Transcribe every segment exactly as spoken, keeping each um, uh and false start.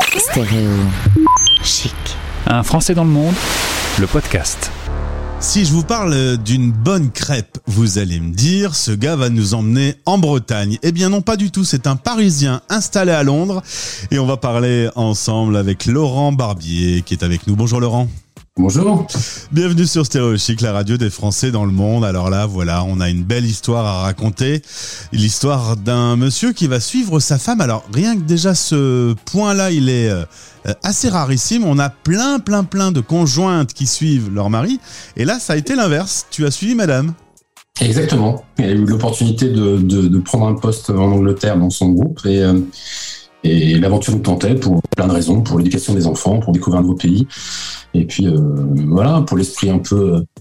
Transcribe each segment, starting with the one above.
Stéréo Chic. Un Français dans le monde, le podcast. Si je vous parle d'une bonne crêpe, vous allez me dire, ce gars va nous emmener en Bretagne. Eh bien non, pas du tout, c'est un Parisien installé à Londres. Et on va parler ensemble avec Laurent Barbier qui est avec nous. Bonjour Laurent. Bonjour. Bienvenue sur Stéréo Chic, la radio des Français dans le monde. Alors là, voilà, on a une belle histoire à raconter. L'histoire d'un monsieur qui va suivre sa femme. Alors rien que déjà ce point-là, il est euh, assez rarissime. On a plein, plein, plein de conjointes qui suivent leur mari. Et là, ça a été l'inverse. Tu as suivi madame. Exactement. Elle a eu l'opportunité de, de, de prendre un poste en Angleterre dans son groupe. Et, euh, et l'aventure nous tentait pour plein de raisons. Pour l'éducation des enfants, pour découvrir un nouveau pays. Et puis euh, voilà, pour l'esprit un peu euh,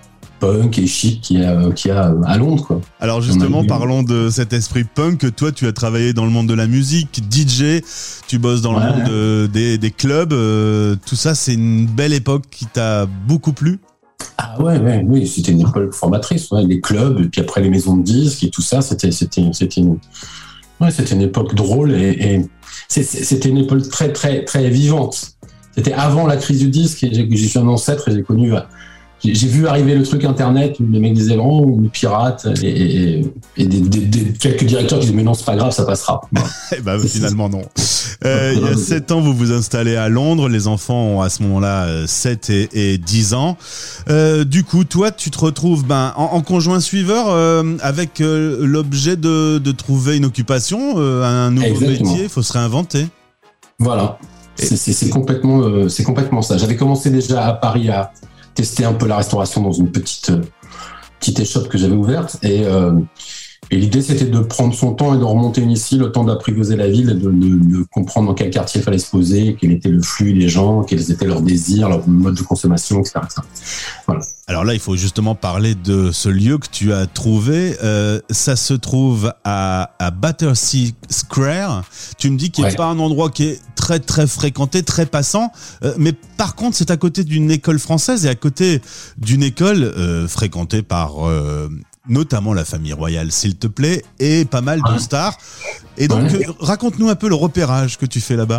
punk et chic qu'il y a, qu'il y a à Londres, quoi. Alors justement, parlons de cet esprit punk que toi tu as travaillé dans le monde de la musique, D J, tu bosses dans ouais. le monde de, des, des clubs, euh, tout ça c'est une belle époque qui t'a beaucoup plu? Ah ouais, ouais, oui, c'était une époque formatrice, ouais, les clubs, et puis après les maisons de disques et tout ça, c'était, c'était, c'était, une, ouais, c'était une époque drôle et, et c'était une époque très, très, très vivante. C'était avant la crise du disque et j'ai, j'ai suis un ancêtre et j'ai connu, j'ai, j'ai vu arriver le truc internet où les mecs disaient oh, on est pirate et, et, et des, des, des, quelques directeurs qui disaient mais non c'est pas grave ça passera. Et bah finalement non. Euh, il y a sept ans vous vous installez à Londres, les enfants ont à ce moment-là sept et, et dix ans. Euh, du coup toi tu te retrouves ben, en, en conjoint suiveur euh, avec euh, l'objet de, de trouver une occupation, euh, un nouveau Exactement. métier, il faut se réinventer. Voilà. C'est, c'est, c'est, complètement, euh, c'est complètement ça. J'avais commencé déjà à Paris à tester un peu la restauration dans une petite, euh, petite échoppe que j'avais ouverte. Et, euh, et l'idée, c'était de prendre son temps et de remonter une ici, le temps d'apprivoiser la ville, et de, de, de comprendre dans quel quartier il fallait se poser, quel était le flux des gens, quels étaient leurs désirs, leur mode de consommation, et cetera et cetera. Voilà. Alors là, il faut justement parler de ce lieu que tu as trouvé. Euh, ça se trouve à, à Battersea Square. Tu me dis qu'il n'est ouais. pas un endroit qui est très très fréquenté, très passant. Euh, mais par contre, c'est à côté d'une école française et à côté d'une école euh, fréquentée par euh, notamment la famille royale, s'il te plaît, et pas mal de stars. Et donc, ouais. euh, raconte-nous un peu le repérage que tu fais là-bas.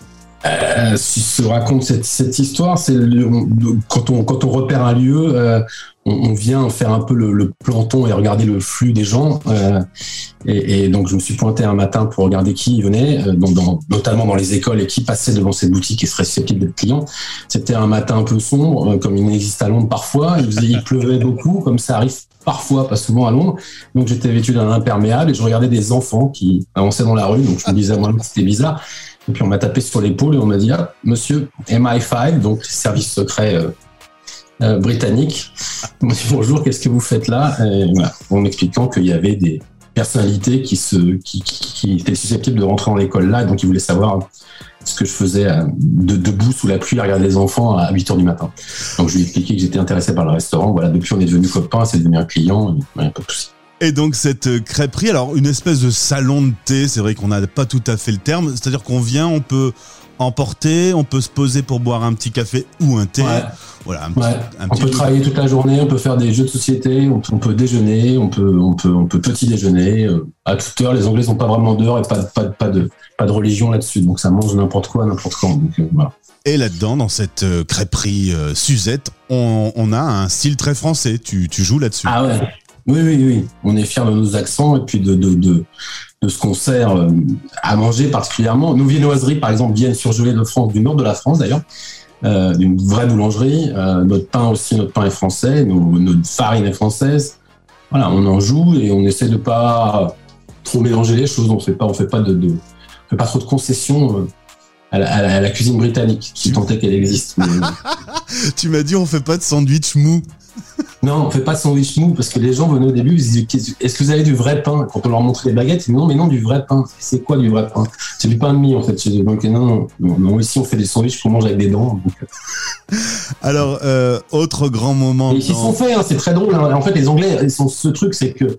Euh, si je raconte cette, cette histoire, c'est le, quand on quand on repère un lieu, euh, on, on vient faire un peu le, le planton et regarder le flux des gens. Euh, et, et donc je me suis pointé un matin pour regarder qui venait, euh, donc dans, notamment dans les écoles et qui passait devant cette boutique et serait susceptible d'être client. C'était un matin un peu sombre, euh, comme il existe à Londres parfois. Il, faisait, il pleuvait beaucoup, comme ça arrive parfois, pas souvent à Londres. Donc j'étais vêtu d'un imperméable et je regardais des enfants qui avançaient dans la rue. Donc je me disais moi-même que c'était bizarre. Et puis on m'a tapé sur l'épaule et on m'a dit ah, monsieur M I cinq, donc service secret euh, euh, britannique. On m'a dit bonjour, qu'est-ce que vous faites là? Et voilà, en m'expliquant qu'il y avait des personnalités qui se qui, qui, qui étaient susceptibles de rentrer dans l'école là, et donc ils voulaient savoir ce que je faisais euh, de, debout sous la pluie à regarder les enfants à huit heures du matin. Donc je lui ai expliqué que j'étais intéressé par le restaurant. Voilà, depuis on est devenus copains, c'est devenu un client, il n'y a pas de souci. Et donc cette crêperie, alors une espèce de salon de thé, c'est vrai qu'on n'a pas tout à fait le terme, c'est-à-dire qu'on vient, on peut emporter, on peut se poser pour boire un petit café ou un thé. Ouais. Voilà, un petit, ouais. un on petit peut jeu. Travailler toute la journée, on peut faire des jeux de société, on peut, on peut déjeuner, on peut, on peut, on peut petit déjeuner euh, à toute heure. Les Anglais n'ont pas vraiment d'heure et pas, pas, pas de, pas de religion là-dessus, donc ça mange n'importe quoi, n'importe quand. Donc, euh, voilà. Et là-dedans, dans cette euh, crêperie euh, Suzette, on, on a un style très français. Tu, tu joues là-dessus. Ah ouais. Oui, oui, oui. On est fiers de nos accents et puis de, de, de, de ce qu'on sert à manger particulièrement. Nos viennoiseries, par exemple, viennent surgelées de France, du nord de la France d'ailleurs, euh, d'une vraie boulangerie. Euh, notre pain aussi, notre pain est français, nos, notre farine est française. Voilà, on en joue et on essaie de pas trop mélanger les choses. On fait pas, on fait pas de, de on fait pas trop de concessions. À la, à, la, à la cuisine britannique, si tant est qu'elle existe. Mais... tu m'as dit on fait pas de sandwich mou. Non, on fait pas de sandwich mou parce que les gens venaient au début, ils disaient est-ce que vous avez du vrai pain? Quand on leur montrait les baguettes, ils disaient non, mais non, du vrai pain. C'est quoi du vrai pain? C'est du pain de mie en fait. Donc non, non, non, non, ici on fait des sandwichs qu'on mange avec des dents. Donc... Alors, euh, autre grand moment. Et ils dans... sont faits, hein, c'est très drôle. Hein. En fait, les Anglais, ils sont ce truc, c'est que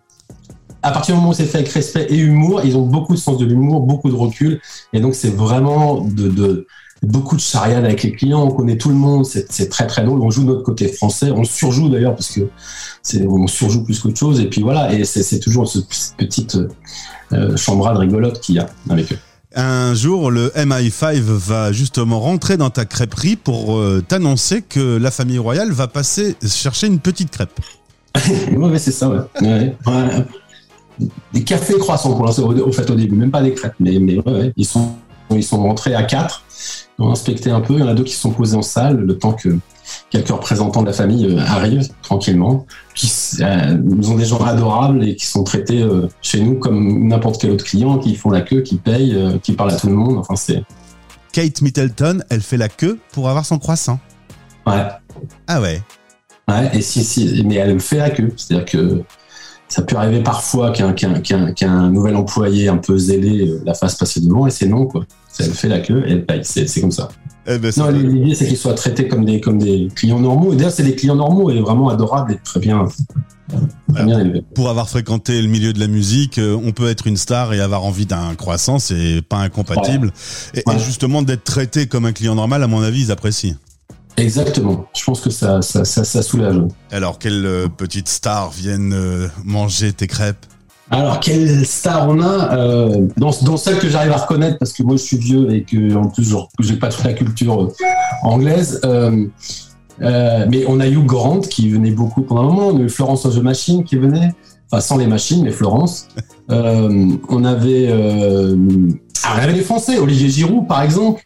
à partir du moment où c'est fait avec respect et humour, ils ont beaucoup de sens de l'humour, beaucoup de recul, et donc c'est vraiment de, de beaucoup de charriade avec les clients. On connaît tout le monde, c'est, c'est très très drôle. On joue de notre côté français, on surjoue d'ailleurs parce que c'est, on surjoue plus qu'autre chose. Et puis voilà, et c'est, c'est toujours cette petite euh, chambrade rigolote qu'il y a avec eux. Un jour, le M I cinq va justement rentrer dans ta crêperie pour euh, t'annoncer que la famille royale va passer chercher une petite crêpe. ouais, ouais, c'est ça, ouais. ouais. ouais. Des cafés croissants pour l'instant, au fait, au début, même pas des crêpes, mais, mais ouais, ouais. Ils sont, ils sont rentrés à quatre, ils ont inspecté un peu, il y en a deux qui se sont posés en salle, le temps que quelques représentants de la famille euh, arrivent tranquillement, qui euh, nous ont des gens adorables et qui sont traités euh, chez nous comme n'importe quel autre client, qui font la queue, qui payent, euh, qui parlent à tout le monde. Enfin, c'est. Kate Middleton, elle fait la queue pour avoir son croissant. Ouais. Ah ouais. Ouais. Et si, si, mais elle fait la queue, c'est-à-dire que ça peut arriver parfois qu'un, qu'un, qu'un, qu'un nouvel employé un peu zélé euh, la fasse passer devant, et c'est non, quoi. Elle fait la queue et elle paye. C'est, c'est comme ça. Eh ben, non, l'idée, c'est qu'ils soient traités comme des, comme des clients normaux. Et d'ailleurs, c'est des clients normaux et vraiment adorables et très bien, très bien élevés. Pour avoir fréquenté le milieu de la musique, on peut être une star et avoir envie d'un croissant, c'est pas incompatible. Ouais. Et, ouais. et justement, d'être traité comme un client normal, à mon avis, ils apprécient. Exactement. Je pense que ça, ça, ça, ça soulage. Alors, quelle euh, petite star viennent euh, manger tes crêpes? Alors, quelle star on a euh, dans, dans celle que j'arrive à reconnaître, parce que moi je suis vieux et que en plus je n'ai pas toute la culture euh, anglaise, euh, euh, mais on a Hugh Grant qui venait beaucoup pendant un moment, on a eu Florence The Machine qui venait, enfin sans les machines, mais Florence. Euh, on, avait, euh, ah, on avait les Français, Olivier Giroud par exemple,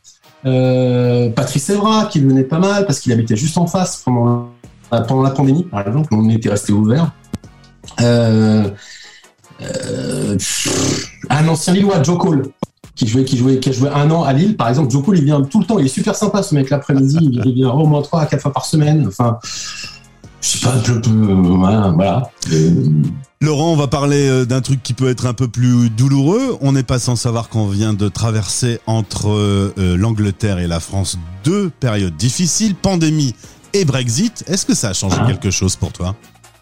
euh, Patrice Evra qui venait pas mal parce qu'il habitait juste en face pendant, pendant la pandémie par exemple, on était resté ouvert. Euh, Euh, un ancien Lillois, Joe Cole, qui jouait, qui jouait, qui a joué un an à Lille, par exemple. Joe Cole, il vient tout le temps, il est super sympa ce mec l'après-midi, il vient au moins trois à quatre fois par semaine. Enfin, je sais pas, je peux, voilà. voilà. Euh... Laurent, on va parler d'un truc qui peut être un peu plus douloureux. On n'est pas sans savoir qu'on vient de traverser entre euh, l'Angleterre et la France deux périodes difficiles, pandémie et Brexit. Est-ce que ça a changé ah. quelque chose pour toi?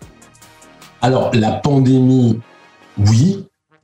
Alors, la pandémie, oui.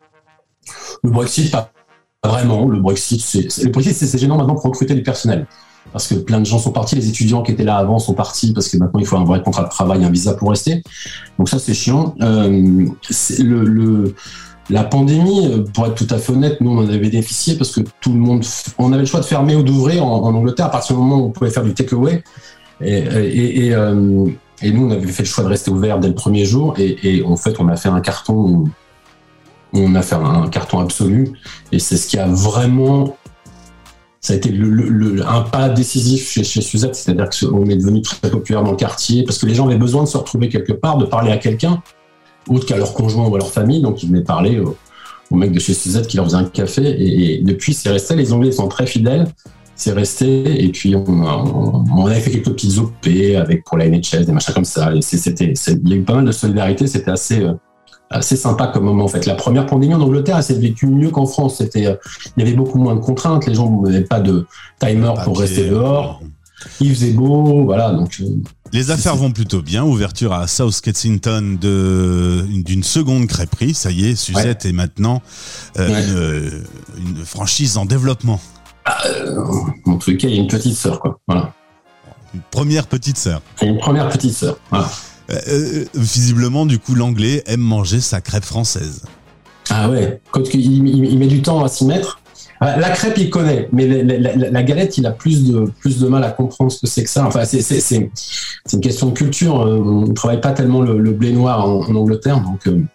Le Brexit, pas vraiment. Le Brexit, c'est, c'est, le Brexit, c'est, c'est gênant maintenant pour recruter du personnel. Parce que plein de gens sont partis. Les étudiants qui étaient là avant sont partis parce que maintenant, il faut un vrai contrat de travail, un visa pour rester. Donc ça, c'est chiant. Euh, c'est le, le, la pandémie, pour être tout à fait honnête, nous, on en avait bénéficié parce que tout le monde... On avait le choix de fermer ou d'ouvrir en, en Angleterre à partir du moment où on pouvait faire du take-away. Et... et, et euh, Et nous, on avait fait le choix de rester ouvert dès le premier jour. Et, et en fait, on a fait un carton, on a fait un carton absolu. Et c'est ce qui a vraiment, ça a été le, le, le, un pas décisif chez, chez Suzette. C'est-à-dire qu'on est devenu très populaire dans le quartier parce que les gens avaient besoin de se retrouver quelque part, de parler à quelqu'un, autre qu'à leur conjoint ou à leur famille. Donc, ils venaient parler aux, aux mecs de chez Suzette qui leur faisaient un café. Et, et depuis, c'est resté. Les Anglais sont très fidèles. C'est resté, et puis on, on, on avait fait quelques petites O P avec pour la N H S, des machins comme ça. Et c'est, c'était, c'est, il y a eu pas mal de solidarité, c'était assez, euh, assez sympa comme moment en fait. La première pandémie en Angleterre, elle s'est vécue mieux qu'en France. C'était, euh, il y avait beaucoup moins de contraintes, les gens n'avaient pas de timer pas pour rester dehors. Il faisait beau, voilà. Donc euh, les affaires vont plutôt bien. Ouverture à South Kensington de, d'une seconde crêperie. Ça y est, Suzette ouais. est maintenant euh, ouais. une, une franchise en développement. Euh, en tout cas, il y a une petite sœur, quoi. Voilà. Une première petite sœur. Une première petite sœur. Voilà. Euh, visiblement, du coup, l'anglais aime manger sa crêpe française. Ah ouais. Quand il, il, il met du temps à s'y mettre. La crêpe, il connaît, mais la, la, la galette, il a plus de plus de mal à comprendre ce que c'est que ça. Enfin, c'est c'est c'est, c'est une question de culture. On ne travaille pas tellement le, le blé noir en, en Angleterre, donc euh,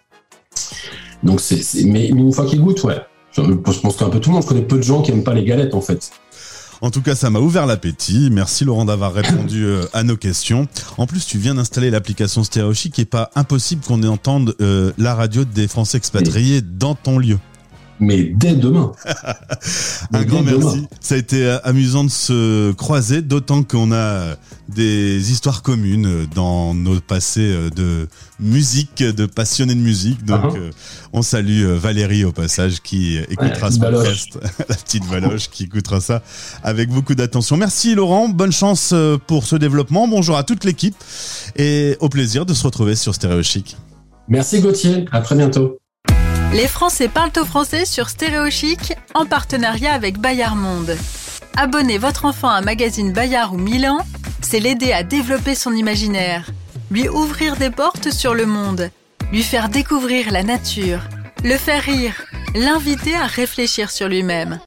donc c'est, c'est mais, mais une fois qu'il goûte, ouais. Je pense qu'un peu tout le monde, je connais peu de gens qui n'aiment pas les galettes en fait. En tout cas, ça m'a ouvert l'appétit. Merci Laurent d'avoir répondu à nos questions. En plus, tu viens d'installer l'application Stéréo Chic et pas impossible qu'on entende euh, la radio des Français expatriés et... dans ton lieu. Mais dès demain. Un grand merci. Demain. Ça a été amusant de se croiser, d'autant qu'on a des histoires communes dans nos passés de musique, de passionnés de musique. Donc, uh-huh. euh, on salue Valérie au passage qui écoutera ouais, ce podcast, la petite Valoche qui écoutera ça avec beaucoup d'attention. Merci Laurent, bonne chance pour ce développement. Bonjour à toute l'équipe et au plaisir de se retrouver sur Stéréo Chic. Merci Gauthier, à très bientôt. Les Français parlent au français sur Stéréo Chic en partenariat avec Bayard Monde. Abonnez votre enfant à un magazine Bayard ou Milan, c'est l'aider à développer son imaginaire, lui ouvrir des portes sur le monde, lui faire découvrir la nature, le faire rire, l'inviter à réfléchir sur lui-même.